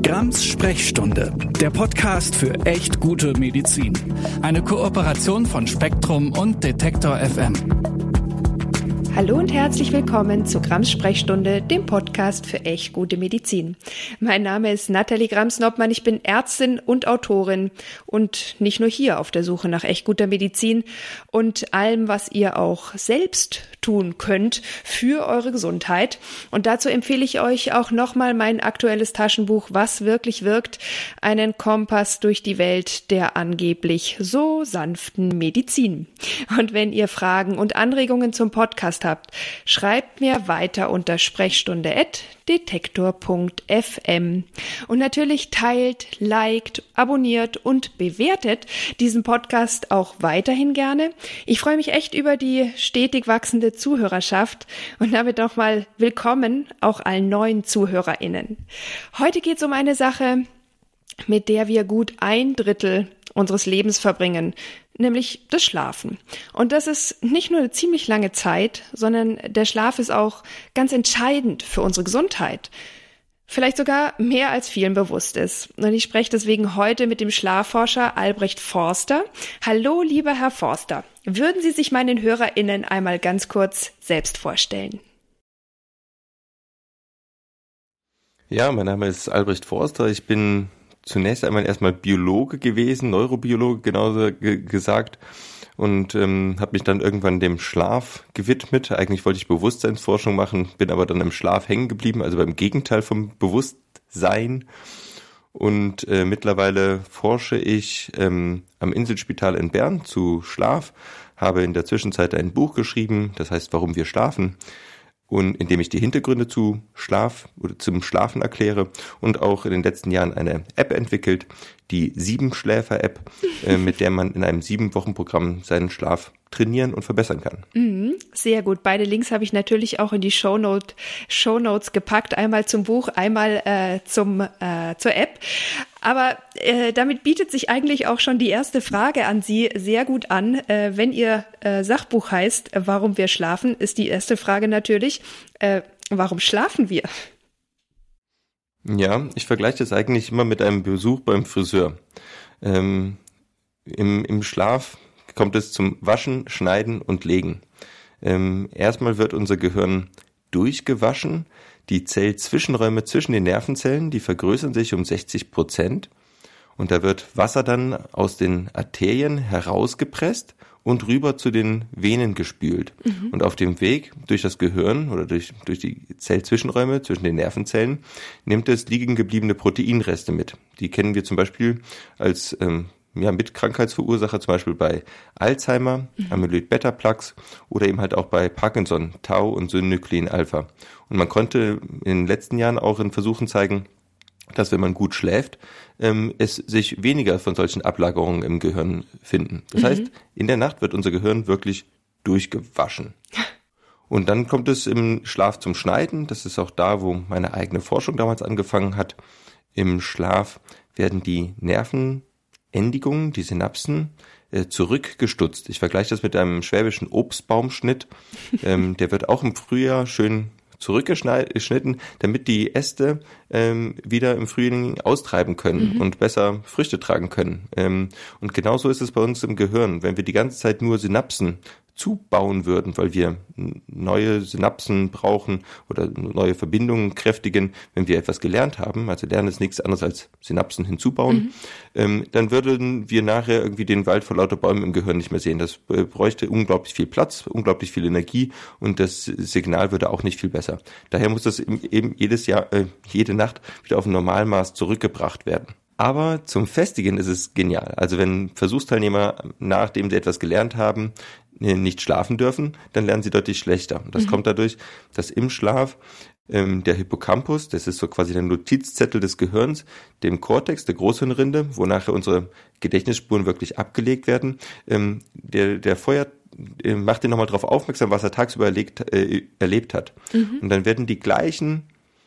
Grams Sprechstunde, der Podcast für echt gute Medizin. Eine Kooperation von Spektrum und Detektor FM. Hallo und herzlich willkommen zu Grams Sprechstunde, dem Podcast für echt gute Medizin. Mein Name ist Nathalie Grams-Noppmann, ich bin Ärztin und Autorin und nicht nur hier auf der Suche nach echt guter Medizin und allem, was ihr auch selbst tun könnt für eure Gesundheit. Und dazu empfehle ich euch auch nochmal mein aktuelles Taschenbuch Was wirklich wirkt, einen Kompass durch die Welt der angeblich so sanften Medizin. Und wenn ihr Fragen und Anregungen zum Podcast habt, schreibt mir weiter unter sprechstunde@detektor.fm. Und natürlich teilt, liked, abonniert und bewertet diesen Podcast auch weiterhin gerne. Ich freue mich echt über die stetig wachsende Zuhörerschaft und damit nochmal willkommen auch allen neuen ZuhörerInnen. Heute geht es um eine Sache, mit der wir gut 1/3 unseres Lebens verbringen, nämlich das Schlafen. Und das ist nicht nur eine ziemlich lange Zeit, sondern der Schlaf ist auch ganz entscheidend für unsere Gesundheit. Vielleicht sogar mehr als vielen bewusst ist. Und ich spreche deswegen heute mit dem Schlafforscher Albrecht Forster. Hallo, lieber Herr Forster. Würden Sie sich meinen HörerInnen einmal ganz kurz selbst vorstellen? Ja, mein Name ist Albrecht Forster. Ich bin zunächst erstmal Biologe gewesen, Neurobiologe genauso gesagt, und habe mich dann irgendwann dem Schlaf gewidmet. Eigentlich wollte ich Bewusstseinsforschung machen, bin aber dann im Schlaf hängen geblieben, also beim Gegenteil vom Bewusstsein. Und mittlerweile forsche ich am Inselspital in Bern zu Schlaf, habe in der Zwischenzeit ein Buch geschrieben, das heißt Warum wir schlafen, und indem ich die Hintergründe zu Schlaf oder zum Schlafen erkläre, und auch in den letzten Jahren eine App entwickelt, die 7-Schläfer-App, mit der man in einem 7-Wochen-Programm seinen Schlaf trainieren und verbessern kann. Sehr gut. Beide Links habe ich natürlich auch in die Shownotes gepackt. Einmal zum Buch, einmal zur App. Aber damit bietet sich eigentlich auch schon die erste Frage an Sie sehr gut an. Wenn Ihr Sachbuch heißt, Warum wir schlafen, ist die erste Frage natürlich, warum schlafen wir? Ja, ich vergleiche das eigentlich immer mit einem Besuch beim Friseur. Im Schlaf kommt es zum Waschen, Schneiden und Legen. Erstmal wird unser Gehirn durchgewaschen. Die Zellzwischenräume zwischen den Nervenzellen, die vergrößern sich um 60%. Und da wird Wasser dann aus den Arterien herausgepresst und rüber zu den Venen gespült. Und auf dem Weg durch das Gehirn oder durch die Zellzwischenräume zwischen den Nervenzellen nimmt es liegen gebliebene Proteinreste mit. Die kennen wir zum Beispiel als mit Krankheitsverursacher, zum Beispiel bei Alzheimer, Amyloid-Beta-Plaques oder eben halt auch bei Parkinson, Tau und Synuclein-Alpha. Und man konnte in den letzten Jahren auch in Versuchen zeigen, dass wenn man gut schläft, es sich weniger von solchen Ablagerungen im Gehirn finden. Das heißt, in der Nacht wird unser Gehirn wirklich durchgewaschen. Und dann kommt es im Schlaf zum Schneiden. Das ist auch da, wo meine eigene Forschung damals angefangen hat. Im Schlaf werden die Nervenendigungen, die Synapsen, zurückgestutzt. Ich vergleiche das mit einem schwäbischen Obstbaumschnitt. Der wird auch im Frühjahr schön zurückgeschnitten, damit die Äste wieder im Frühling austreiben können und besser Früchte tragen können. Und genauso ist es bei uns im Gehirn. Wenn wir die ganze Zeit nur Synapsen zubauen würden, weil wir neue Synapsen brauchen oder neue Verbindungen kräftigen, wenn wir etwas gelernt haben, also Lernen ist nichts anderes als Synapsen hinzubauen, dann würden wir nachher irgendwie den Wald vor lauter Bäumen im Gehirn nicht mehr sehen. Das bräuchte unglaublich viel Platz, unglaublich viel Energie, und das Signal würde auch nicht viel besser. Daher muss das eben jede Nacht wieder auf ein Normalmaß zurückgebracht werden. Aber zum Festigen ist es genial. Also wenn Versuchsteilnehmer, nachdem sie etwas gelernt haben, nicht schlafen dürfen, dann lernen sie deutlich schlechter. Das kommt dadurch, dass im Schlaf der Hippocampus, das ist so quasi der Notizzettel des Gehirns, dem Kortex, der Großhirnrinde, wo nachher unsere Gedächtnisspuren wirklich abgelegt werden, der macht ihn nochmal darauf aufmerksam, was er tagsüber erlebt hat. Und dann werden die gleichen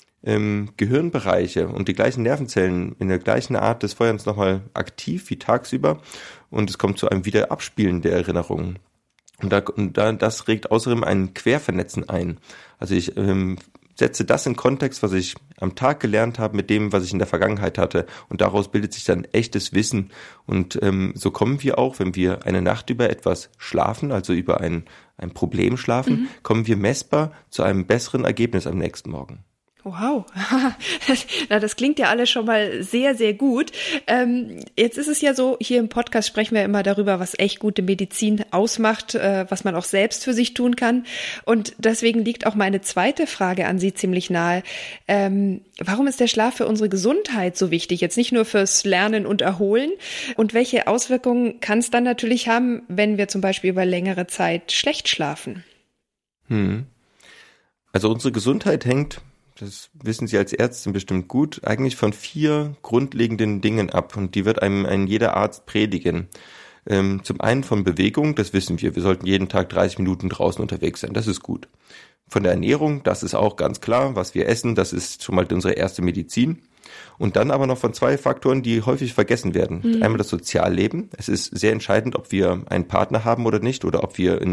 Gehirnbereiche und die gleichen Nervenzellen in der gleichen Art des Feuerns nochmal aktiv wie tagsüber, und es kommt zu einem Wiederabspielen der Erinnerungen. Und das regt außerdem ein Quervernetzen ein. Also ich setze das in Kontext, was ich am Tag gelernt habe, mit dem, was ich in der Vergangenheit hatte. Und daraus bildet sich dann echtes Wissen. Und so kommen wir auch, wenn wir eine Nacht über etwas schlafen, also über ein Problem schlafen, kommen wir messbar zu einem besseren Ergebnis am nächsten Morgen. Wow, na, das klingt ja alles schon mal sehr, sehr gut. Jetzt ist es ja so, hier im Podcast sprechen wir immer darüber, was echt gute Medizin ausmacht, was man auch selbst für sich tun kann. Und deswegen liegt auch meine zweite Frage an Sie ziemlich nahe. Warum ist der Schlaf für unsere Gesundheit so wichtig? Jetzt nicht nur fürs Lernen und Erholen. Und welche Auswirkungen kann es dann natürlich haben, wenn wir zum Beispiel über längere Zeit schlecht schlafen? Also unsere Gesundheit hängt, das wissen Sie als Ärztin bestimmt gut, eigentlich von 4 grundlegenden Dingen ab und die wird einem jeder Arzt predigen. Zum einen von Bewegung, das wissen wir sollten jeden Tag 30 Minuten draußen unterwegs sein, das ist gut. Von der Ernährung, das ist auch ganz klar, was wir essen, das ist schon mal unsere erste Medizin. Und dann aber noch von 2 Faktoren, die häufig vergessen werden. Einmal das Sozialleben. Es ist sehr entscheidend, ob wir einen Partner haben oder nicht oder ob wir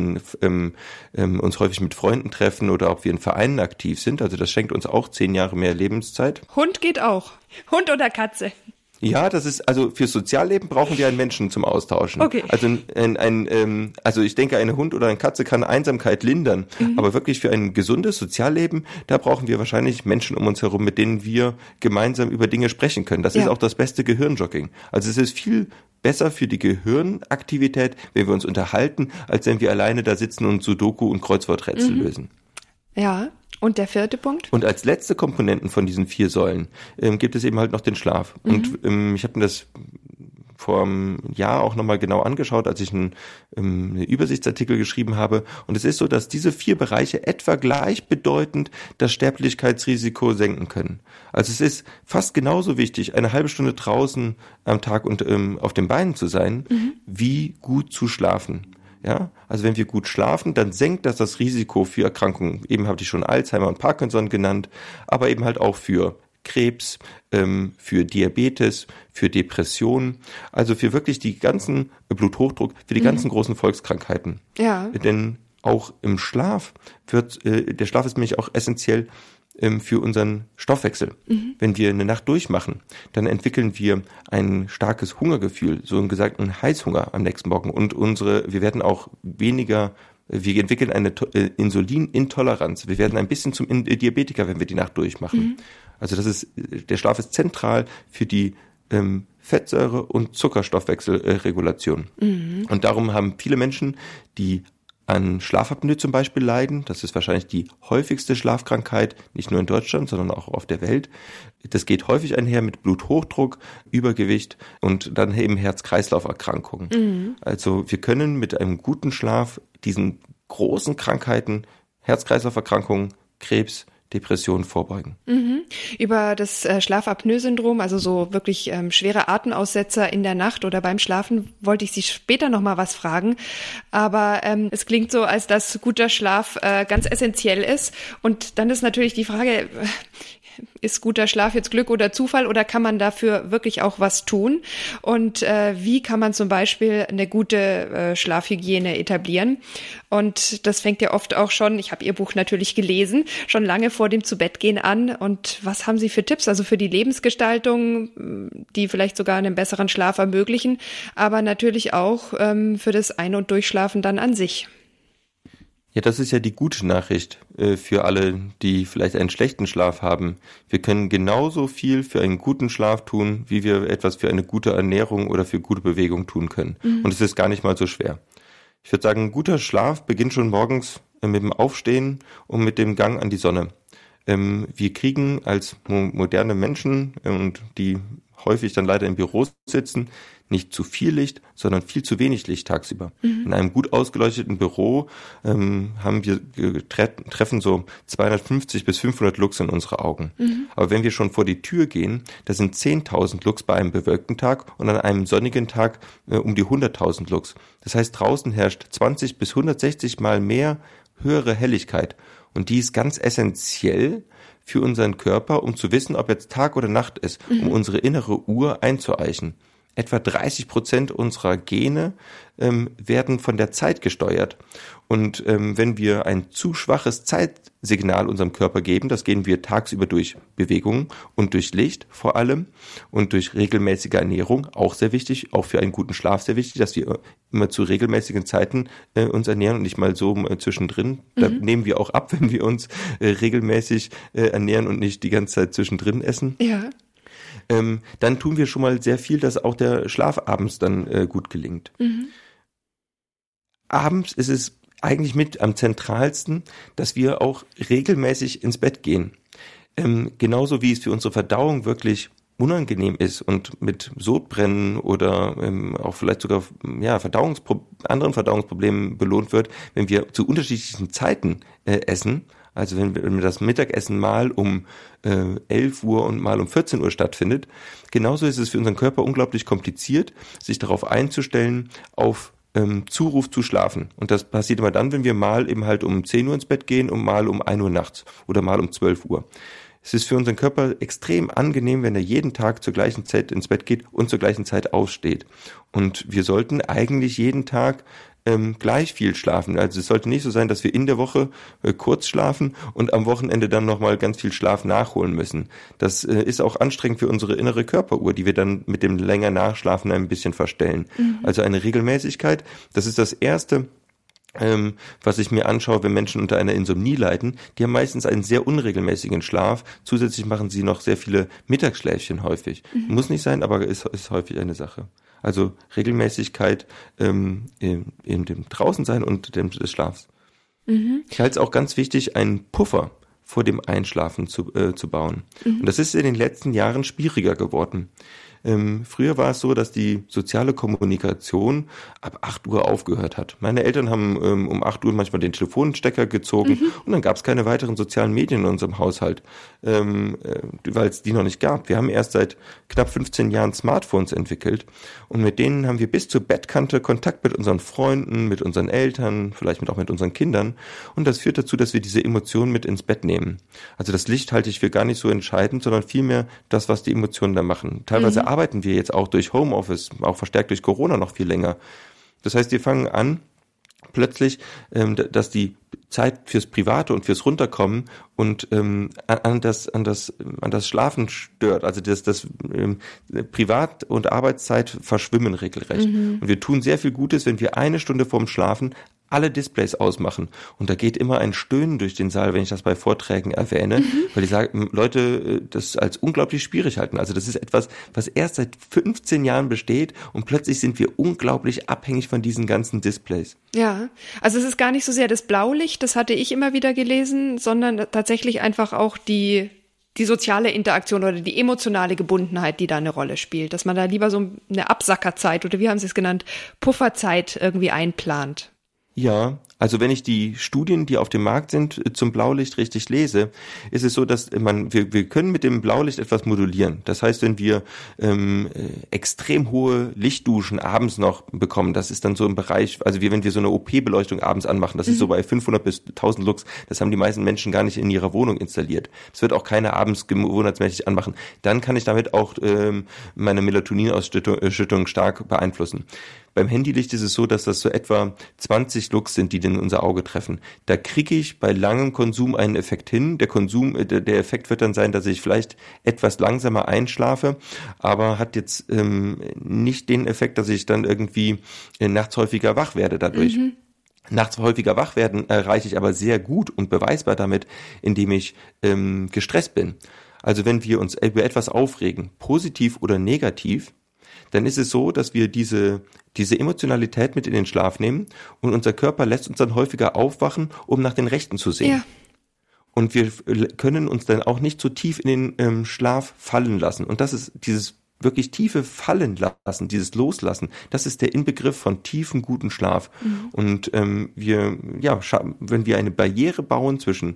uns häufig mit Freunden treffen oder ob wir in Vereinen aktiv sind. Also das schenkt uns auch 10 Jahre mehr Lebenszeit. Hund geht auch. Hund oder Katze? Ja, das ist, also fürs Sozialleben brauchen wir einen Menschen zum Austauschen. Okay. Also ich denke, eine Hund oder eine Katze kann Einsamkeit lindern, aber wirklich für ein gesundes Sozialleben, da brauchen wir wahrscheinlich Menschen um uns herum, mit denen wir gemeinsam über Dinge sprechen können. Das ist auch das beste Gehirnjogging. Also es ist viel besser für die Gehirnaktivität, wenn wir uns unterhalten, als wenn wir alleine da sitzen und Sudoku und Kreuzworträtsel lösen. Ja. Und der 4. Punkt? Und als letzte Komponenten von diesen 4 Säulen gibt es eben halt noch den Schlaf. Und ich habe mir das vor einem Jahr auch nochmal genau angeschaut, als ich einen Übersichtsartikel geschrieben habe. Und es ist so, dass diese 4 Bereiche etwa gleichbedeutend das Sterblichkeitsrisiko senken können. Also es ist fast genauso wichtig, eine halbe Stunde draußen am Tag und auf den Beinen zu sein, wie gut zu schlafen. Ja, also wenn wir gut schlafen, dann senkt das Risiko für Erkrankungen. Eben habe ich schon Alzheimer und Parkinson genannt, aber eben halt auch für Krebs, für Diabetes, für Depressionen, also für wirklich die ganzen Bluthochdruck, für die ganzen großen Volkskrankheiten. Ja. Denn auch im Schlaf der Schlaf ist nämlich auch essentiell für unseren Stoffwechsel. Wenn wir eine Nacht durchmachen, dann entwickeln wir ein starkes Hungergefühl, so einen gesagten Heißhunger am nächsten Morgen und wir werden auch wir entwickeln eine Insulinintoleranz. Wir werden ein bisschen zum Diabetiker, wenn wir die Nacht durchmachen. Also der Schlaf ist zentral für die Fettsäure- und Zuckerstoffwechselregulation. Und darum haben viele Menschen, die an Schlafapnoe zum Beispiel leiden, das ist wahrscheinlich die häufigste Schlafkrankheit, nicht nur in Deutschland, sondern auch auf der Welt. Das geht häufig einher mit Bluthochdruck, Übergewicht und dann eben Herz-Kreislauf-Erkrankungen. Also wir können mit einem guten Schlaf diesen großen Krankheiten, Herz-Kreislauf-Erkrankungen, Krebs, Depressionen vorbeugen. Über das Schlafapnoe-Syndrom, also so wirklich schwere Atemaussetzer in der Nacht oder beim Schlafen, wollte ich Sie später noch mal was fragen. Aber es klingt so, als dass guter Schlaf ganz essentiell ist. Und dann ist natürlich die Frage, ist guter Schlaf jetzt Glück oder Zufall oder kann man dafür wirklich auch was tun? Und wie kann man zum Beispiel eine gute Schlafhygiene etablieren? Und das fängt ja oft auch schon, ich habe Ihr Buch natürlich gelesen, schon lange vor dem Zubettgehen an. Und was haben Sie für Tipps? Also für die Lebensgestaltung, die vielleicht sogar einen besseren Schlaf ermöglichen, aber natürlich auch für das Ein- und Durchschlafen dann an sich. Ja, das ist ja die gute Nachricht für alle, die vielleicht einen schlechten Schlaf haben. Wir können genauso viel für einen guten Schlaf tun, wie wir etwas für eine gute Ernährung oder für gute Bewegung tun können. Und es ist gar nicht mal so schwer. Ich würde sagen, ein guter Schlaf beginnt schon morgens mit dem Aufstehen und mit dem Gang an die Sonne. Wir kriegen als moderne Menschen und die häufig dann leider im Büro sitzen, nicht zu viel Licht, sondern viel zu wenig Licht tagsüber. In einem gut ausgeleuchteten Büro treffen so 250 bis 500 Lux in unsere Augen. Aber wenn wir schon vor die Tür gehen, da sind 10.000 Lux bei einem bewölkten Tag und an einem sonnigen Tag um die 100.000 Lux. Das heißt, draußen herrscht 20 bis 160 Mal mehr höhere Helligkeit. Und die ist ganz essentiell für unseren Körper, um zu wissen, ob jetzt Tag oder Nacht ist, um unsere innere Uhr einzueichen. etwa 30% unserer Gene werden von der Zeit gesteuert. Und wenn wir ein zu schwaches Zeitsignal unserem Körper geben, das geben wir tagsüber durch Bewegung und durch Licht vor allem und durch regelmäßige Ernährung, auch sehr wichtig, auch für einen guten Schlaf sehr wichtig, dass wir immer zu regelmäßigen Zeiten uns ernähren und nicht mal so zwischendrin. Da nehmen wir auch ab, wenn wir uns regelmäßig ernähren und nicht die ganze Zeit zwischendrin essen. Ja. Dann tun wir schon mal sehr viel, dass auch der Schlaf abends dann gut gelingt. Abends ist es eigentlich mit am zentralsten, dass wir auch regelmäßig ins Bett gehen. Genauso wie es für unsere Verdauung wirklich unangenehm ist und mit Sodbrennen oder auch vielleicht sogar anderen Verdauungsproblemen belohnt wird, wenn wir zu unterschiedlichen Zeiten essen. Also wenn das Mittagessen mal um 11 Uhr und mal um 14 Uhr stattfindet. Genauso ist es für unseren Körper unglaublich kompliziert, sich darauf einzustellen, auf Zuruf zu schlafen. Und das passiert immer dann, wenn wir mal eben halt um 10 Uhr ins Bett gehen und mal um 1 Uhr nachts oder mal um 12 Uhr. Es ist für unseren Körper extrem angenehm, wenn er jeden Tag zur gleichen Zeit ins Bett geht und zur gleichen Zeit aufsteht. Und wir sollten eigentlich jeden Tag gleich viel schlafen. Also es sollte nicht so sein, dass wir in der Woche kurz schlafen und am Wochenende dann nochmal ganz viel Schlaf nachholen müssen. Das ist auch anstrengend für unsere innere Körperuhr, die wir dann mit dem länger Nachschlafen ein bisschen verstellen. Also eine Regelmäßigkeit, das ist das Erste, was ich mir anschaue, wenn Menschen unter einer Insomnie leiden. Die haben meistens einen sehr unregelmäßigen Schlaf. Zusätzlich machen sie noch sehr viele Mittagsschläfchen häufig. Muss nicht sein, aber ist häufig eine Sache. Also Regelmäßigkeit in dem Draußensein und des Schlafs. Ich halte es auch ganz wichtig, einen Puffer vor dem Einschlafen zu bauen. Und das ist in den letzten Jahren schwieriger geworden. Früher war es so, dass die soziale Kommunikation ab 8 Uhr aufgehört hat. Meine Eltern haben um 8 Uhr manchmal den Telefonstecker gezogen und dann gab es keine weiteren sozialen Medien in unserem Haushalt, weil es die noch nicht gab. Wir haben erst seit knapp 15 Jahren Smartphones entwickelt und mit denen haben wir bis zur Bettkante Kontakt mit unseren Freunden, mit unseren Eltern, vielleicht auch mit unseren Kindern und das führt dazu, dass wir diese Emotionen mit ins Bett nehmen. Also das Licht halte ich für gar nicht so entscheidend, sondern vielmehr das, was die Emotionen da machen. Teilweise arbeiten wir jetzt auch durch Homeoffice, auch verstärkt durch Corona noch viel länger. Das heißt, wir fangen an, plötzlich, dass die Zeit fürs Private und fürs Runterkommen und an das Schlafen stört. Also das Privat- und Arbeitszeit verschwimmen regelrecht. Und wir tun sehr viel Gutes, wenn wir 1 Stunde vorm Schlafen alle Displays ausmachen. Und da geht immer ein Stöhnen durch den Saal, wenn ich das bei Vorträgen erwähne, weil die sagen, Leute das als unglaublich schwierig halten. Also das ist etwas, was erst seit 15 Jahren besteht und plötzlich sind wir unglaublich abhängig von diesen ganzen Displays. Ja, also es ist gar nicht so sehr das Blaulicht, das hatte ich immer wieder gelesen, sondern tatsächlich einfach auch die soziale Interaktion oder die emotionale Gebundenheit, die da eine Rolle spielt. Dass man da lieber so eine Absackerzeit oder wie haben Sie es genannt, Pufferzeit irgendwie einplant. Ja, also wenn ich die Studien, die auf dem Markt sind, zum Blaulicht richtig lese, ist es so, dass wir können mit dem Blaulicht etwas modulieren. Das heißt, wenn wir extrem hohe Lichtduschen abends noch bekommen, das ist dann so im Bereich, also wenn wir so eine OP-Beleuchtung abends anmachen, das ist so bei 500 bis 1000 Lux, das haben die meisten Menschen gar nicht in ihrer Wohnung installiert. Das wird auch keiner abends gewohnheitsmäßig anmachen. Dann kann ich damit auch meine Melatoninausschüttung stark beeinflussen. Beim Handylicht ist es so, dass das so etwa 20 Lux sind, die in unser Auge treffen. Da kriege ich bei langem Konsum einen Effekt hin. Der Effekt wird dann sein, dass ich vielleicht etwas langsamer einschlafe, aber hat jetzt nicht den Effekt, dass ich dann irgendwie nachts häufiger wach werde dadurch. Nachts häufiger wach werden erreiche ich aber sehr gut und beweisbar damit, indem ich gestresst bin. Also wenn wir uns über etwas aufregen, positiv oder negativ, dann ist es so, dass wir diese Emotionalität mit in den Schlaf nehmen und unser Körper lässt uns dann häufiger aufwachen, um nach den Rechten zu sehen. Ja. Und wir können uns dann auch nicht so tief in den Schlaf fallen lassen. Und das ist dieses wirklich tiefe Fallen lassen, dieses Loslassen, das ist der Inbegriff von tiefem, guten Schlaf. Und wenn wir eine Barriere bauen zwischen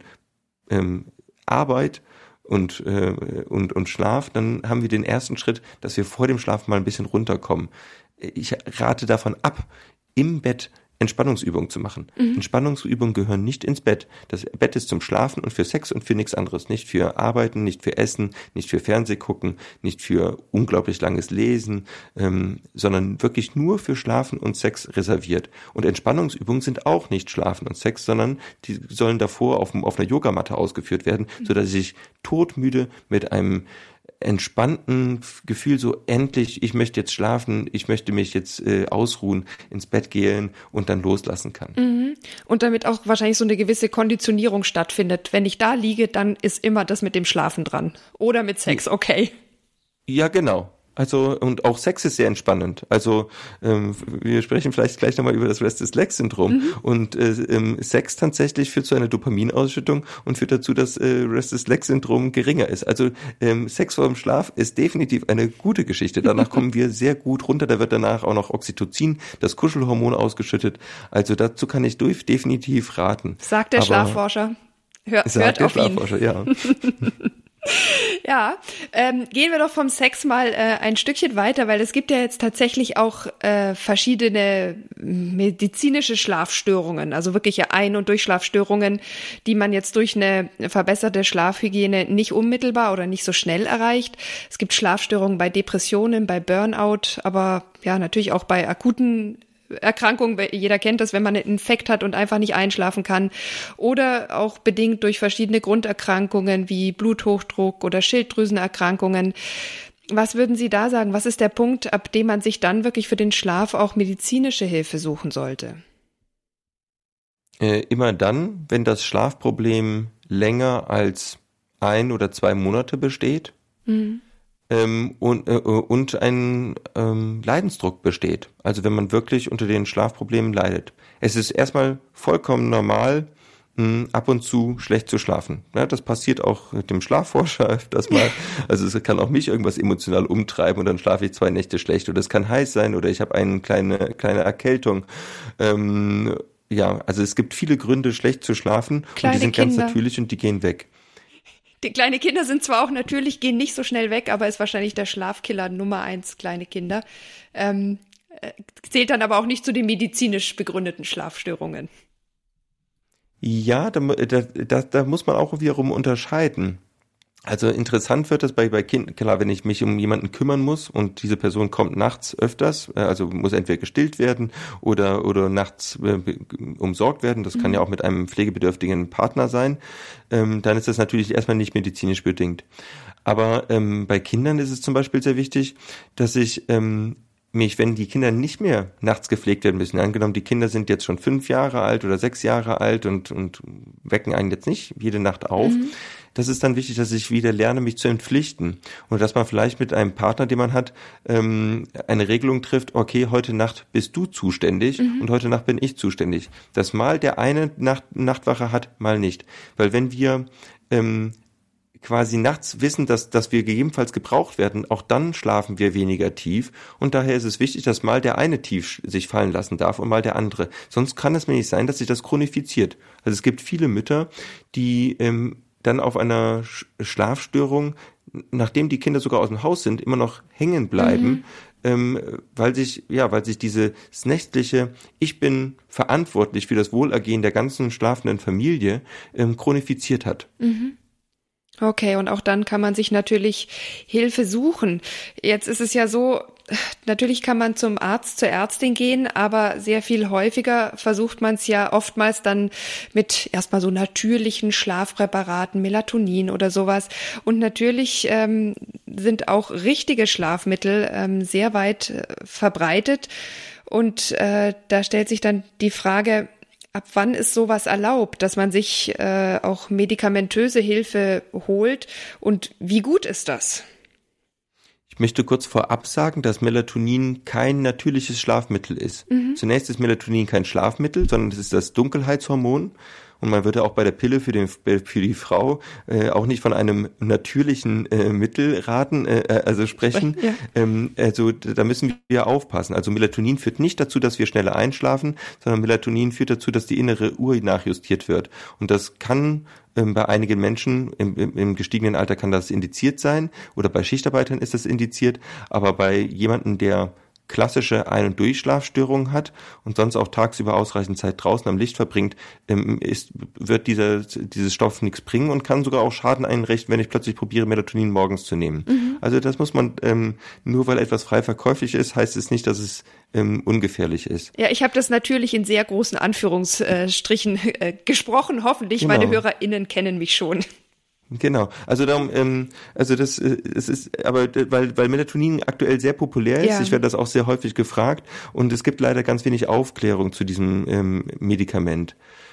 Arbeit und Schlaf, dann haben wir den ersten Schritt, dass wir vor dem Schlaf mal ein bisschen runterkommen. Ich rate davon ab, im Bett Entspannungsübungen zu machen. Entspannungsübungen gehören nicht ins Bett. Das Bett ist zum Schlafen und für Sex und für nichts anderes. Nicht für Arbeiten, nicht für Essen, nicht für Fernseh gucken, nicht für unglaublich langes Lesen, sondern wirklich nur für Schlafen und Sex reserviert. Und Entspannungsübungen sind auch nicht Schlafen und Sex, sondern die sollen davor auf einer Yogamatte ausgeführt werden, sodass ich todmüde mit einem entspannten Gefühl, so endlich, ich möchte jetzt schlafen, ich möchte mich jetzt ausruhen, ins Bett gehen und dann loslassen kann. Und damit auch wahrscheinlich so eine gewisse Konditionierung stattfindet. Wenn ich da liege, dann ist immer das mit dem Schlafen dran. Oder mit Sex, okay. Ja, genau. Also, und auch Sex ist sehr entspannend. Also, wir sprechen vielleicht gleich nochmal über das Restless-Leg-Syndrom. Und Sex tatsächlich führt zu einer Dopaminausschüttung und führt dazu, dass Restless-Leg-Syndrom geringer ist. Also, Sex vor dem Schlaf ist definitiv eine gute Geschichte. Danach kommen wir sehr gut runter. Da wird danach auch noch Oxytocin, das Kuschelhormon, ausgeschüttet. Also, dazu kann ich definitiv raten. Sagt der Schlafforscher. Hört auf ihn. Ja. Ja, gehen wir doch vom Sex mal ein Stückchen weiter, weil es gibt ja jetzt tatsächlich auch verschiedene medizinische Schlafstörungen, also wirkliche Ein- und Durchschlafstörungen, die man jetzt durch eine verbesserte Schlafhygiene nicht unmittelbar oder nicht so schnell erreicht. Es gibt Schlafstörungen bei Depressionen, bei Burnout, aber ja natürlich auch bei akuten Erkrankung, jeder kennt das, wenn man einen Infekt hat und einfach nicht einschlafen kann, oder auch bedingt durch verschiedene Grunderkrankungen wie Bluthochdruck oder Schilddrüsenerkrankungen. Was würden Sie da sagen? Was ist der Punkt, ab dem man sich dann wirklich für den Schlaf auch medizinische Hilfe suchen sollte? Immer dann, wenn das Schlafproblem länger als 1 oder 2 Monate besteht. Und ein Leidensdruck besteht. Also wenn man wirklich unter den Schlafproblemen leidet. Es ist erstmal vollkommen normal, ab und zu schlecht zu schlafen. Ja, das passiert auch dem Schlafforscher öfters mal. Also es kann auch mich irgendwas emotional umtreiben und dann schlafe ich 2 Nächte schlecht. Oder es kann heiß sein oder ich habe eine kleine Erkältung. Ja, also es gibt viele Gründe, schlecht zu schlafen. Und die sind ganz natürlich und die gehen weg. Die kleinen Kinder sind zwar auch natürlich, gehen nicht so schnell weg, aber ist wahrscheinlich der Schlafkiller Nummer 1, kleine Kinder. Zählt dann aber auch nicht zu den medizinisch begründeten Schlafstörungen. Ja, da muss man auch wiederum unterscheiden. Also interessant wird es bei Kindern, klar, wenn ich mich um jemanden kümmern muss und diese Person kommt nachts öfters, also muss entweder gestillt werden oder nachts umsorgt werden, das kann ja auch mit einem pflegebedürftigen Partner sein, dann ist das natürlich erstmal nicht medizinisch bedingt. Aber bei Kindern ist es zum Beispiel sehr wichtig, dass ich wenn die Kinder nicht mehr nachts gepflegt werden müssen, angenommen, die Kinder sind jetzt schon 5 Jahre alt oder 6 Jahre alt und wecken einen jetzt nicht jede Nacht auf, das ist dann wichtig, dass ich wieder lerne, mich zu entpflichten und dass man vielleicht mit einem Partner, den man hat, eine Regelung trifft, okay, heute Nacht bist du zuständig und heute Nacht bin ich zuständig. Dass mal der eine Nachtwache hat, mal nicht. Weil wenn wir quasi nachts wissen, dass wir gegebenenfalls gebraucht werden, auch dann schlafen wir weniger tief und daher ist es wichtig, dass mal der eine tief sich fallen lassen darf und mal der andere. Sonst kann es mir nicht sein, dass sich das chronifiziert. Also es gibt viele Mütter, die dann auf einer Schlafstörung, nachdem die Kinder sogar aus dem Haus sind, immer noch hängen bleiben, weil sich dieses nächtliche, ich bin verantwortlich für das Wohlergehen der ganzen schlafenden Familie, chronifiziert hat. Okay, und auch dann kann man sich natürlich Hilfe suchen. Jetzt ist es ja so, natürlich kann man zum Arzt, zur Ärztin gehen, aber sehr viel häufiger versucht man es ja oftmals dann mit erstmal so natürlichen Schlafpräparaten, Melatonin oder sowas. Und natürlich sind auch richtige Schlafmittel sehr weit verbreitet. Und da stellt sich dann die Frage, ab wann ist sowas erlaubt, dass man sich auch medikamentöse Hilfe holt und wie gut ist das? Ich möchte kurz vorab sagen, dass Melatonin kein natürliches Schlafmittel ist. Zunächst ist Melatonin kein Schlafmittel, sondern es ist das Dunkelheitshormon. Und man würde auch bei der Pille für die Frau auch nicht von einem natürlichen Mittel sprechen. Ja. Also da müssen wir aufpassen. Also Melatonin führt nicht dazu, dass wir schneller einschlafen, sondern Melatonin führt dazu, dass die innere Uhr nachjustiert wird. Und das kann bei einigen Menschen im gestiegenen Alter kann das indiziert sein oder bei Schichtarbeitern ist das indiziert. Aber bei jemandem, der klassische Ein- und Durchschlafstörungen hat und sonst auch tagsüber ausreichend Zeit draußen am Licht verbringt, wird dieses Stoff nichts bringen und kann sogar auch Schaden einrichten, wenn ich plötzlich probiere, Melatonin morgens zu nehmen. Also das muss man, nur weil etwas frei verkäuflich ist, heißt es nicht, dass es ungefährlich ist. Ja, ich habe das natürlich in sehr großen Anführungsstrichen gesprochen, hoffentlich. Genau. Meine HörerInnen kennen mich schon. Genau, also darum, es ist, aber weil Melatonin aktuell sehr populär ist, ich werde das auch sehr häufig gefragt und es gibt leider ganz wenig Aufklärung zu diesem Medikament.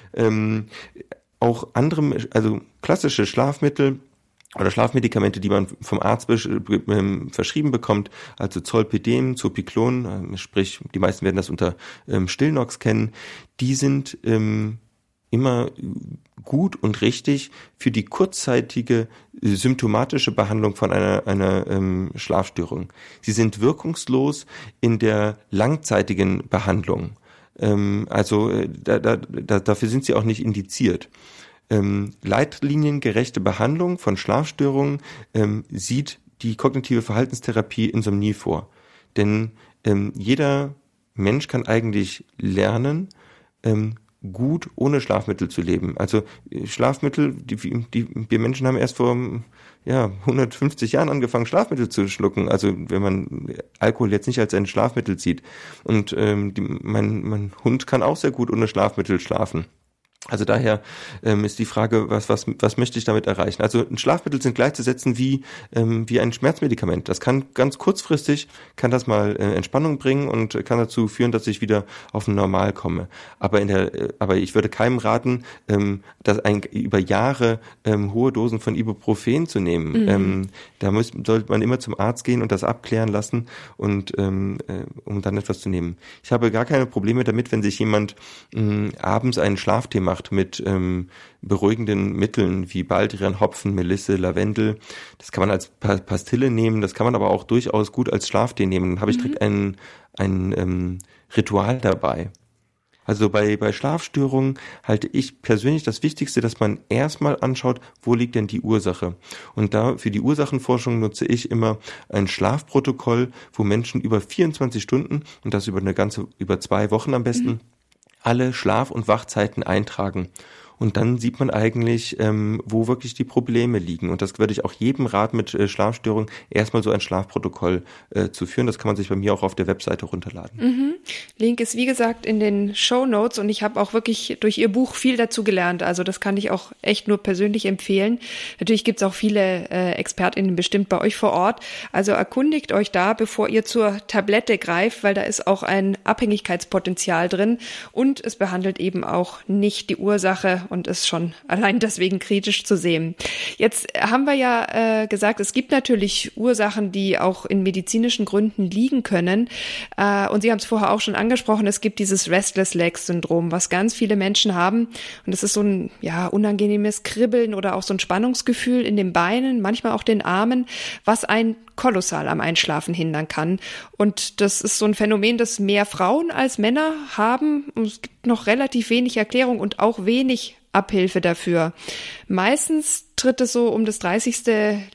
Auch andere, also klassische Schlafmittel oder Schlafmedikamente, die man vom Arzt verschrieben bekommt, also Zolpidem, Zopiclon, sprich, die meisten werden das unter Stilnox kennen, die sind immer gut und richtig für die kurzzeitige symptomatische Behandlung von einer Schlafstörung. Sie sind wirkungslos in der langzeitigen Behandlung. Dafür sind sie auch nicht indiziert. Leitliniengerechte Behandlung von Schlafstörungen sieht die kognitive Verhaltenstherapie Insomnie vor. Denn jeder Mensch kann eigentlich lernen, gut ohne Schlafmittel zu leben. Also Schlafmittel, wir Menschen haben erst vor 150 Jahren angefangen, Schlafmittel zu schlucken. Also wenn man Alkohol jetzt nicht als ein Schlafmittel sieht. Und mein Hund kann auch sehr gut ohne Schlafmittel schlafen. Also daher ist die Frage, was möchte ich damit erreichen? Also Schlafmittel sind gleichzusetzen wie ein Schmerzmedikament. Das kann ganz kurzfristig, kann das mal Entspannung bringen und kann dazu führen, dass ich wieder auf ein Normal komme. Aber ich würde keinem raten, über Jahre hohe Dosen von Ibuprofen zu nehmen. Da sollte man immer zum Arzt gehen und das abklären lassen und um dann etwas zu nehmen. Ich habe gar keine Probleme damit, wenn sich jemand abends einen Schlaftee macht mit beruhigenden Mitteln wie Baldrian, Hopfen, Melisse, Lavendel. Das kann man als Pastille nehmen, das kann man aber auch durchaus gut als Schlaftee nehmen. Dann habe ich direkt ein Ritual dabei. Also bei Schlafstörungen halte ich persönlich das Wichtigste, dass man erstmal anschaut, wo liegt denn die Ursache. Und da für die Ursachenforschung nutze ich immer ein Schlafprotokoll, wo Menschen über 24 Stunden, und das über 2 Wochen am besten, alle Schlaf- und Wachzeiten eintragen. Und dann sieht man eigentlich, wo wirklich die Probleme liegen. Und das würde ich auch jedem raten mit Schlafstörungen, erstmal so ein Schlafprotokoll zu führen. Das kann man sich bei mir auch auf der Webseite runterladen. Link ist wie gesagt in den Shownotes und ich habe auch wirklich durch Ihr Buch viel dazu gelernt. Also das kann ich auch echt nur persönlich empfehlen. Natürlich gibt es auch viele ExpertInnen bestimmt bei euch vor Ort. Also erkundigt euch da, bevor ihr zur Tablette greift, weil da ist auch ein Abhängigkeitspotenzial drin und es behandelt eben auch nicht die Ursache und ist schon allein deswegen kritisch zu sehen. Jetzt haben wir ja gesagt, es gibt natürlich Ursachen, die auch in medizinischen Gründen liegen können. Und Sie haben es vorher auch schon angesprochen, es gibt dieses Restless-Leg-Syndrom, was ganz viele Menschen haben. Und das ist so ein unangenehmes Kribbeln oder auch so ein Spannungsgefühl in den Beinen, manchmal auch den Armen, was einen kolossal am Einschlafen hindern kann. Und das ist so ein Phänomen, das mehr Frauen als Männer haben. Und es gibt noch relativ wenig Erklärung und auch wenig Abhilfe dafür. Meistens tritt es so um das 30.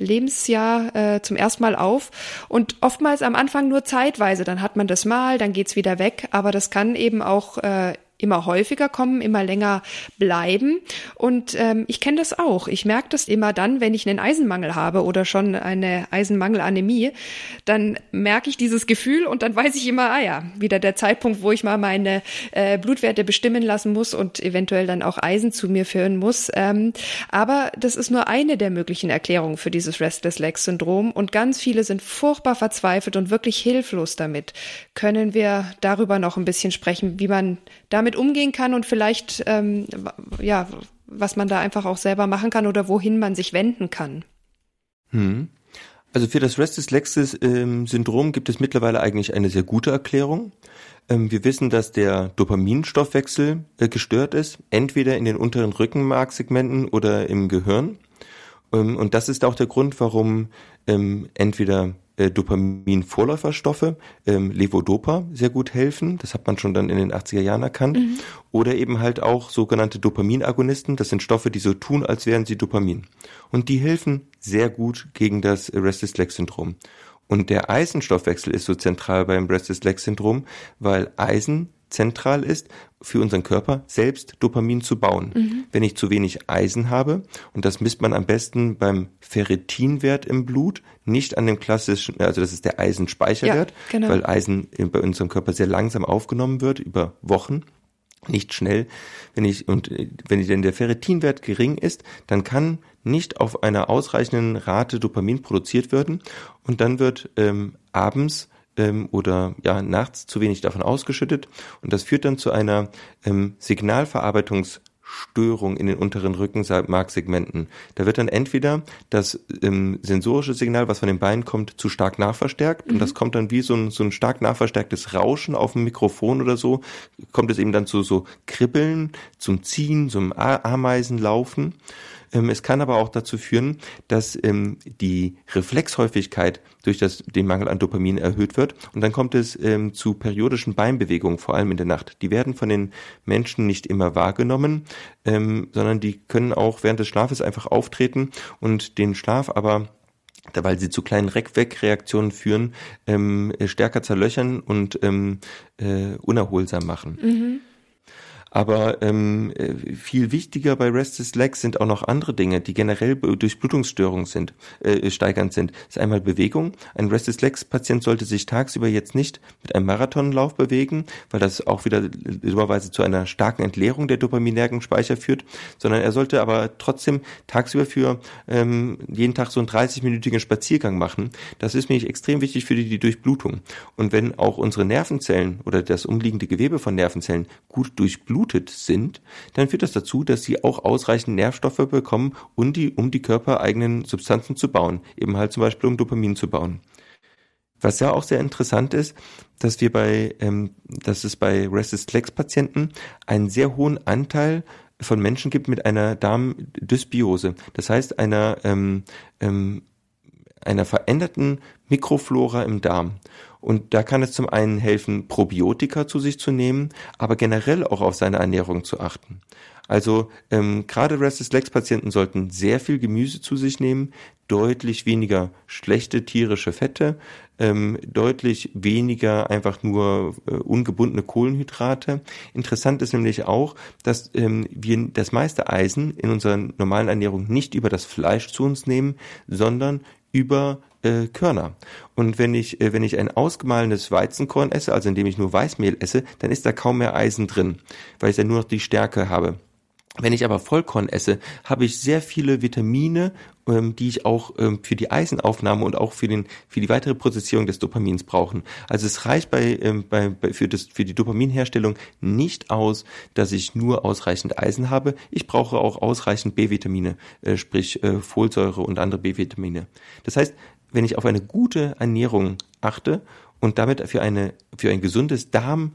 Lebensjahr zum ersten Mal auf und oftmals am Anfang nur zeitweise. Dann hat man das mal, dann geht's wieder weg. Aber das kann eben auch immer häufiger kommen, immer länger bleiben. Und ich kenne das auch. Ich merke das immer dann, wenn ich einen Eisenmangel habe oder schon eine Eisenmangelanämie, dann merke ich dieses Gefühl und dann weiß ich immer, wieder der Zeitpunkt, wo ich mal meine Blutwerte bestimmen lassen muss und eventuell dann auch Eisen zu mir führen muss. Aber das ist nur eine der möglichen Erklärungen für dieses Restless-Leg-Syndrom und ganz viele sind furchtbar verzweifelt und wirklich hilflos damit. Können wir darüber noch ein bisschen sprechen, wie man damit umgehen kann und vielleicht, was man da einfach auch selber machen kann oder wohin man sich wenden kann? Also für das Restless-Leg-Syndrom gibt es mittlerweile eigentlich eine sehr gute Erklärung. Wir wissen, dass der Dopaminstoffwechsel gestört ist, entweder in den unteren Rückenmarksegmenten oder im Gehirn. Und das ist auch der Grund, warum entweder Dopamin-Vorläuferstoffe, Levodopa, sehr gut helfen. Das hat man schon dann in den 80er Jahren erkannt. Oder eben halt auch sogenannte Dopaminagonisten. Das sind Stoffe, die so tun, als wären sie Dopamin. Und die helfen sehr gut gegen das Restless-Leg-Syndrom. Und der Eisenstoffwechsel ist so zentral beim Restless-Legs-Syndrom, weil Eisen zentral ist, für unseren Körper selbst Dopamin zu bauen. Wenn ich zu wenig Eisen habe, und das misst man am besten beim Ferritinwert im Blut, nicht an dem klassischen, also das ist der Eisenspeicherwert, genau. Weil Eisen bei unserem Körper sehr langsam aufgenommen wird, über Wochen, nicht schnell. Wenn der Ferritinwert gering ist, dann kann nicht auf einer ausreichenden Rate Dopamin produziert werden, und dann wird abends oder nachts zu wenig davon ausgeschüttet, und das führt dann zu einer Signalverarbeitungsstörung in den unteren Rückenmarkssegmenten. Da wird dann entweder das sensorische Signal, was von den Beinen kommt, zu stark nachverstärkt, und das kommt dann wie so ein stark nachverstärktes Rauschen auf dem Mikrofon oder so, kommt es eben dann zu so Kribbeln, zum Ziehen, zum Ameisenlaufen. Es kann aber auch dazu führen, dass die Reflexhäufigkeit durch den Mangel an Dopamin erhöht wird, und dann kommt es zu periodischen Beinbewegungen, vor allem in der Nacht. Die werden von den Menschen nicht immer wahrgenommen, sondern die können auch während des Schlafes einfach auftreten und den Schlaf aber, weil sie zu kleinen Wegreaktionen führen, stärker zerlöchern und unerholsam machen. Aber viel wichtiger bei Restless Legs sind auch noch andere Dinge, die generell Durchblutungsstörungen steigernd sind. Das ist einmal Bewegung. Ein Restless Legs Patient sollte sich tagsüber jetzt nicht mit einem Marathonlauf bewegen, weil das auch wieder überweise zu einer starken Entleerung der dopaminergen Speicher führt, sondern er sollte aber trotzdem tagsüber für jeden Tag so einen 30-minütigen Spaziergang machen. Das ist nämlich extrem wichtig für die Durchblutung. Und wenn auch unsere Nervenzellen oder das umliegende Gewebe von Nervenzellen gut durchblutet sind, dann führt das dazu, dass sie auch ausreichend Nährstoffe bekommen, um die körpereigenen Substanzen zu bauen, eben halt zum Beispiel um Dopamin zu bauen. Was ja auch sehr interessant ist, dass es bei Restless Legs Patienten einen sehr hohen Anteil von Menschen gibt mit einer Darmdysbiose, das heißt einer veränderten Mikroflora im Darm. Und da kann es zum einen helfen, Probiotika zu sich zu nehmen, aber generell auch auf seine Ernährung zu achten. Also gerade Restless Legs Patienten sollten sehr viel Gemüse zu sich nehmen, deutlich weniger schlechte tierische Fette, deutlich weniger einfach nur ungebundene Kohlenhydrate. Interessant ist nämlich auch, dass wir das meiste Eisen in unserer normalen Ernährung nicht über das Fleisch zu uns nehmen, sondern über Körner. Und wenn ich ein ausgemahlenes Weizenkorn esse, also indem ich nur Weißmehl esse, dann ist da kaum mehr Eisen drin, weil ich dann nur noch die Stärke habe. Wenn ich aber Vollkorn esse, habe ich sehr viele Vitamine, die ich auch für die Eisenaufnahme und auch für die weitere Prozessierung des Dopamins brauchen. Also es reicht für die Dopaminherstellung nicht aus, dass ich nur ausreichend Eisen habe. Ich brauche auch ausreichend B-Vitamine, sprich Folsäure und andere B-Vitamine. Das heißt, wenn ich auf eine gute Ernährung achte und damit für ein gesundes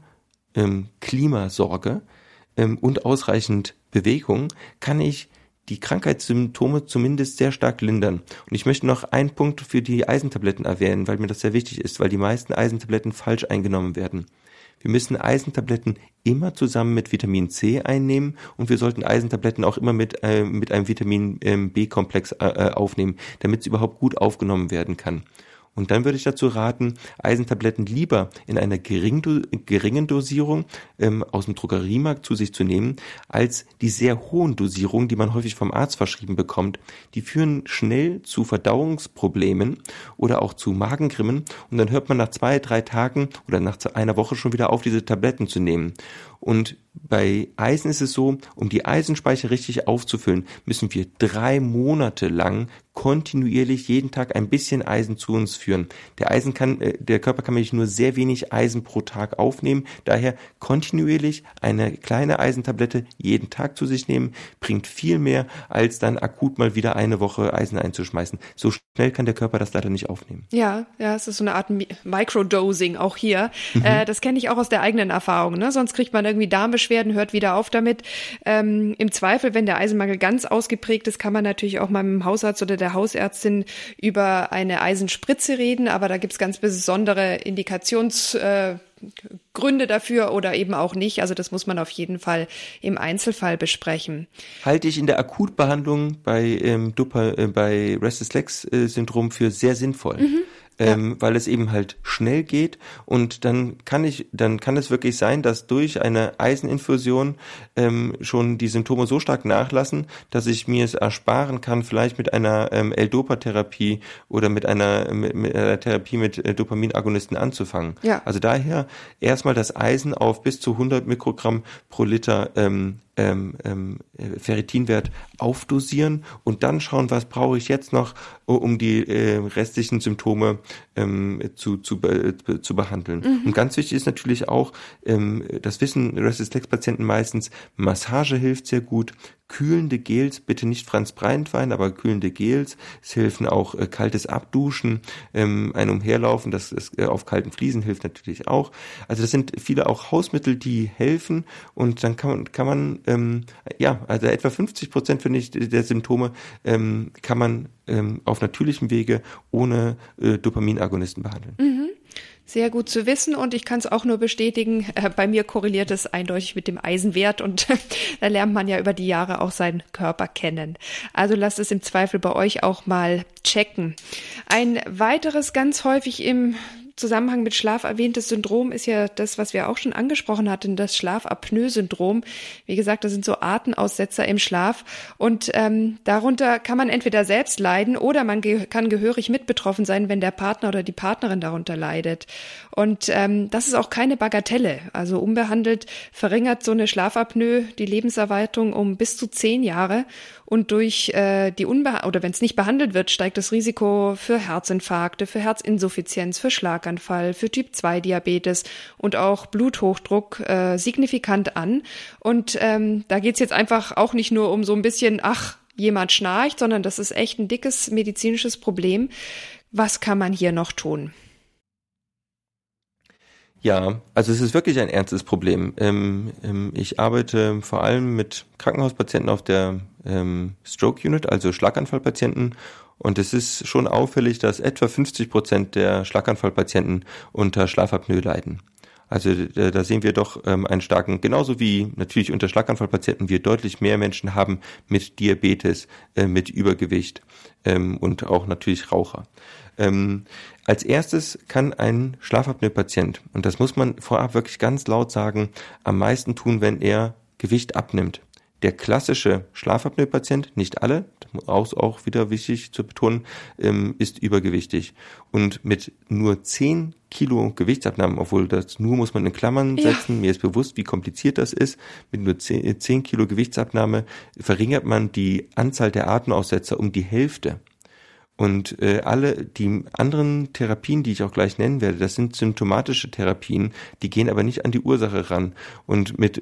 Darmklima sorge und ausreichend Bewegung, kann ich die Krankheitssymptome zumindest sehr stark lindern. Und ich möchte noch einen Punkt für die Eisentabletten erwähnen, weil mir das sehr wichtig ist, weil die meisten Eisentabletten falsch eingenommen werden. Wir müssen Eisentabletten immer zusammen mit Vitamin C einnehmen, und wir sollten Eisentabletten auch immer mit einem Vitamin B-Komplex aufnehmen, damit es überhaupt gut aufgenommen werden kann. Und dann würde ich dazu raten, Eisentabletten lieber in einer geringen Dosierung aus dem Drogeriemarkt zu sich zu nehmen, als die sehr hohen Dosierungen, die man häufig vom Arzt verschrieben bekommt. Die führen schnell zu Verdauungsproblemen oder auch zu Magengrimmen, und dann hört man nach 2-3 Tagen oder nach einer Woche schon wieder auf, diese Tabletten zu nehmen. Und bei Eisen ist es so, um die Eisenspeicher richtig aufzufüllen, müssen wir 3 Monate lang kontinuierlich jeden Tag ein bisschen Eisen zu uns führen. Der Körper kann nämlich nur sehr wenig Eisen pro Tag aufnehmen. Daher kontinuierlich eine kleine Eisentablette jeden Tag zu sich nehmen, bringt viel mehr, als dann akut mal wieder eine Woche Eisen einzuschmeißen. So schnell kann der Körper das leider nicht aufnehmen. Ja, es ist so eine Art Microdosing auch hier. Das kenne ich auch aus der eigenen Erfahrung, ne? Sonst kriegt man irgendwie Darmbeschwerden, hört wieder auf damit. Im Zweifel, wenn der Eisenmangel ganz ausgeprägt ist, kann man natürlich auch mal mit dem Hausarzt oder der Hausärztin über eine Eisenspritze reden, aber da gibt's ganz besondere Indikationsgründe dafür oder eben auch nicht. Also das muss man auf jeden Fall im Einzelfall besprechen. Halte ich in der Akutbehandlung bei Restless Legs Syndrom für sehr sinnvoll. weil es eben halt schnell geht und dann kann es wirklich sein, dass durch eine Eiseninfusion schon die Symptome so stark nachlassen, dass ich mir es ersparen kann, vielleicht mit einer L-Dopa-Therapie oder mit einer Therapie mit Dopaminagonisten anzufangen. Ja. Also daher erstmal das Eisen auf bis zu 100 Mikrogramm pro Liter Ferritinwert aufdosieren und dann schauen, was brauche ich jetzt noch, um die restlichen Symptome zu behandeln. Und ganz wichtig ist natürlich auch, das wissen Restless-Legs-Patienten meistens, Massage hilft sehr gut, kühlende Gels, bitte nicht Franz Brandwein, aber kühlende Gels. Es helfen auch kaltes Abduschen, ein Umherlaufen, das ist, auf kalten Fliesen hilft natürlich auch. Also das sind viele auch Hausmittel, die helfen und dann kann man also etwa 50% finde ich der Symptome kann man auf natürlichem Wege ohne Dopaminagonisten behandeln. Sehr gut zu wissen und ich kann es auch nur bestätigen, bei mir korreliert es eindeutig mit dem Eisenwert und da lernt man ja über die Jahre auch seinen Körper kennen. Also lasst es im Zweifel bei euch auch mal checken. Ein weiteres ganz häufig im Zusammenhang mit Schlaf erwähntes Syndrom ist ja das, was wir auch schon angesprochen hatten, das Schlafapnoe-Syndrom. Wie gesagt, das sind so Atemaussetzer im Schlaf und darunter kann man entweder selbst leiden oder man kann gehörig mit betroffen sein, wenn der Partner oder die Partnerin darunter leidet. Und das ist auch keine Bagatelle. Also unbehandelt verringert so eine Schlafapnoe die Lebenserwartung um bis zu 10 Jahre. Und durch wenn es nicht behandelt wird, steigt das Risiko für Herzinfarkte, für Herzinsuffizienz, für Schlaganfall, für Typ-2-Diabetes und auch Bluthochdruck signifikant an. Und da geht's jetzt einfach auch nicht nur um so ein bisschen, jemand schnarcht, sondern das ist echt ein dickes medizinisches Problem. Was kann man hier noch tun? Ja, also es ist wirklich ein ernstes Problem. Ich arbeite vor allem mit Krankenhauspatienten auf der Stroke Unit, also Schlaganfallpatienten. Und es ist schon auffällig, dass etwa 50% der Schlaganfallpatienten unter Schlafapnoe leiden. Also da sehen wir doch einen starken, genauso wie natürlich unter Schlaganfallpatienten wir deutlich mehr Menschen haben mit Diabetes, mit Übergewicht und auch natürlich Raucher. Als erstes kann ein Schlafapnoe-Patient, und das muss man vorab wirklich ganz laut sagen, am meisten tun, wenn er Gewicht abnimmt. Der klassische Schlafapnoe-Patient, nicht alle, auch wieder wichtig zu betonen, ist übergewichtig. Und mit nur 10 Kilo Gewichtsabnahme, obwohl das nur muss man in Klammern setzen, mir ist bewusst, wie kompliziert das ist, mit nur 10 Kilo Gewichtsabnahme verringert man die Anzahl der Atemaussetzer um die Hälfte. Und alle die anderen Therapien, die ich auch gleich nennen werde, das sind symptomatische Therapien, die gehen aber nicht an die Ursache ran. Und mit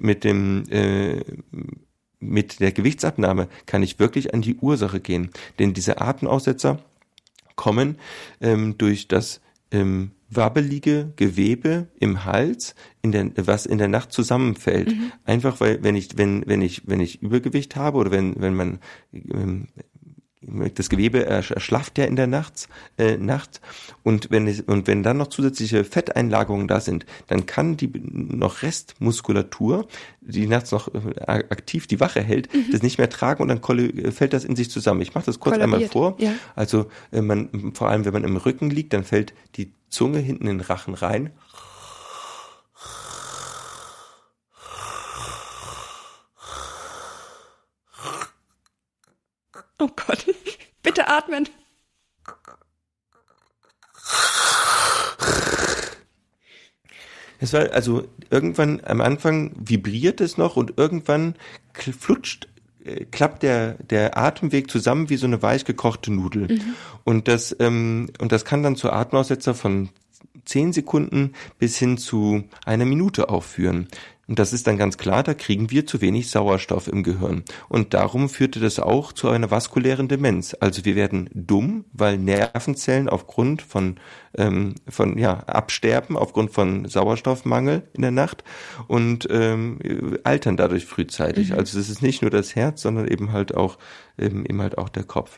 der Gewichtsabnahme kann ich wirklich an die Ursache gehen. Denn diese Atemaussetzer kommen durch das wabbelige Gewebe im Hals, was in der Nacht zusammenfällt. Einfach weil wenn ich Übergewicht habe oder wenn man das Gewebe erschlafft ja in der Nacht und wenn dann noch zusätzliche Fetteinlagerungen da sind, dann kann die noch Restmuskulatur, die nachts noch aktiv die Wache hält, das nicht mehr tragen und dann fällt das in sich zusammen. Ich mache das kurz einmal vor. Ja. Also vor allem wenn man im Rücken liegt, dann fällt die Zunge hinten in den Rachen rein. Oh Gott, bitte atmen. Es war also irgendwann am Anfang vibriert es noch und irgendwann klappt der Atemweg zusammen wie so eine weich gekochte Nudel. Und das kann dann zu Atemaussetzer von 10 Sekunden bis hin zu 1 Minute aufführen. Und das ist dann ganz klar, da kriegen wir zu wenig Sauerstoff im Gehirn. Und darum führte das auch zu einer vaskulären Demenz. Also wir werden dumm, weil Nervenzellen aufgrund von absterben, aufgrund von Sauerstoffmangel in der Nacht und altern dadurch frühzeitig. Also es ist nicht nur das Herz, sondern eben halt auch der Kopf.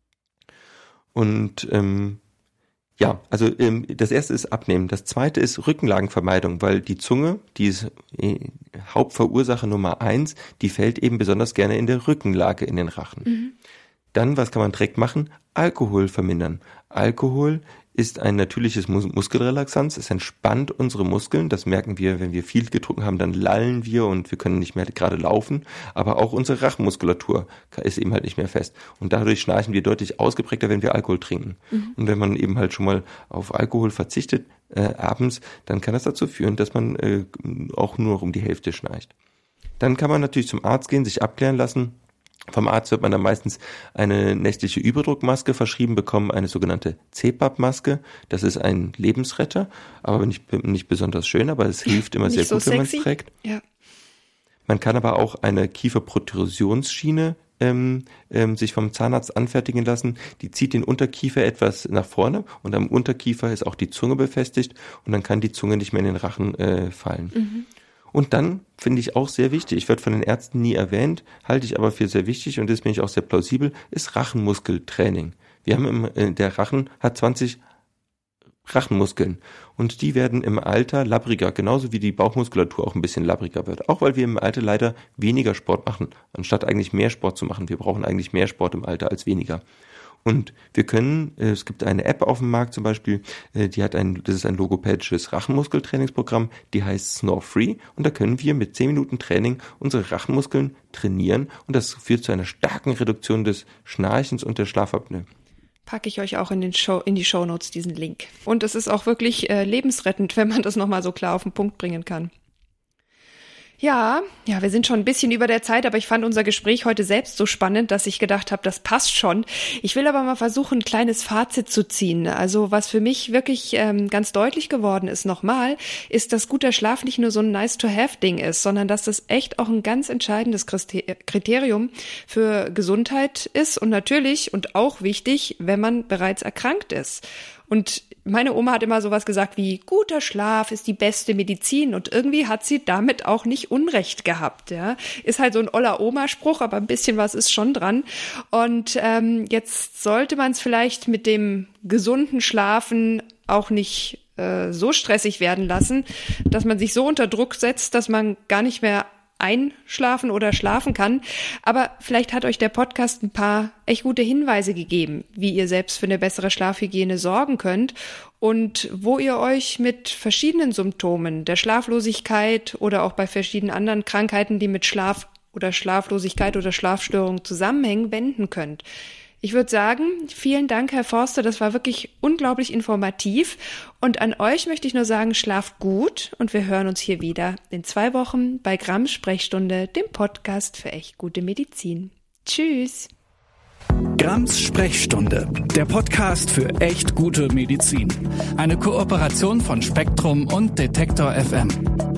Und also das erste ist Abnehmen. Das zweite ist Rückenlagenvermeidung, weil die Zunge, die ist Hauptverursacher Nummer 1, die fällt eben besonders gerne in der Rückenlage in den Rachen. Dann, was kann man direkt machen? Alkohol vermindern. Alkohol ist ein natürliches Muskelrelaxanz. Es entspannt unsere Muskeln. Das merken wir, wenn wir viel getrunken haben, dann lallen wir und wir können nicht mehr gerade laufen. Aber auch unsere Rachenmuskulatur ist eben halt nicht mehr fest. Und dadurch schnarchen wir deutlich ausgeprägter, wenn wir Alkohol trinken. Und wenn man eben halt schon mal auf Alkohol verzichtet abends, dann kann das dazu führen, dass man auch nur um die Hälfte schnarcht. Dann kann man natürlich zum Arzt gehen, sich abklären lassen. Vom Arzt wird man dann meistens eine nächtliche Überdruckmaske verschrieben bekommen, eine sogenannte CPAP-Maske. Das ist ein Lebensretter, aber nicht besonders schön, aber es hilft immer sehr gut, wenn man es trägt. Ja. Man kann aber auch eine Kieferprotrusionsschiene sich vom Zahnarzt anfertigen lassen. Die zieht den Unterkiefer etwas nach vorne und am Unterkiefer ist auch die Zunge befestigt und dann kann die Zunge nicht mehr in den Rachen fallen. Und dann finde ich auch sehr wichtig, wird von den Ärzten nie erwähnt, halte ich aber für sehr wichtig und das bin ich auch sehr plausibel, ist Rachenmuskeltraining. Wir haben der Rachen hat 20 Rachenmuskeln und die werden im Alter labbriger, genauso wie die Bauchmuskulatur auch ein bisschen labbriger wird. Auch weil wir im Alter leider weniger Sport machen, anstatt eigentlich mehr Sport zu machen. Wir brauchen eigentlich mehr Sport im Alter als weniger. Und wir können, es gibt eine App auf dem Markt zum Beispiel, das ist ein logopädisches Rachenmuskeltrainingsprogramm, die heißt Snore Free und da können wir mit 10 Minuten Training unsere Rachenmuskeln trainieren und das führt zu einer starken Reduktion des Schnarchens und der Schlafapnoe. Packe ich euch auch in die Shownotes diesen Link. Und es ist auch wirklich lebensrettend, wenn man das nochmal so klar auf den Punkt bringen kann. Ja, wir sind schon ein bisschen über der Zeit, aber ich fand unser Gespräch heute selbst so spannend, dass ich gedacht habe, das passt schon. Ich will aber mal versuchen, ein kleines Fazit zu ziehen. Also was für mich wirklich ganz deutlich geworden ist nochmal, ist, dass guter Schlaf nicht nur so ein Nice-to-have-Ding ist, sondern dass das echt auch ein ganz entscheidendes Kriterium für Gesundheit ist und natürlich und auch wichtig, wenn man bereits erkrankt ist. Und meine Oma hat immer sowas gesagt wie, guter Schlaf ist die beste Medizin und irgendwie hat sie damit auch nicht Unrecht gehabt. Ja, ist halt so ein oller Oma-Spruch, aber ein bisschen was ist schon dran. Und jetzt sollte man es vielleicht mit dem gesunden Schlafen auch nicht so stressig werden lassen, dass man sich so unter Druck setzt, dass man gar nicht mehr einschlafen oder schlafen kann. Aber vielleicht hat euch der Podcast ein paar echt gute Hinweise gegeben, wie ihr selbst für eine bessere Schlafhygiene sorgen könnt und wo ihr euch mit verschiedenen Symptomen der Schlaflosigkeit oder auch bei verschiedenen anderen Krankheiten, die mit Schlaf oder Schlaflosigkeit oder Schlafstörung zusammenhängen, wenden könnt. Ich würde sagen, vielen Dank, Herr Forster, das war wirklich unglaublich informativ. Und an euch möchte ich nur sagen, schlaft gut und wir hören uns hier wieder in 2 Wochen bei Grams Sprechstunde, dem Podcast für echt gute Medizin. Tschüss! Grams Sprechstunde, der Podcast für echt gute Medizin. Eine Kooperation von Spektrum und Detektor FM.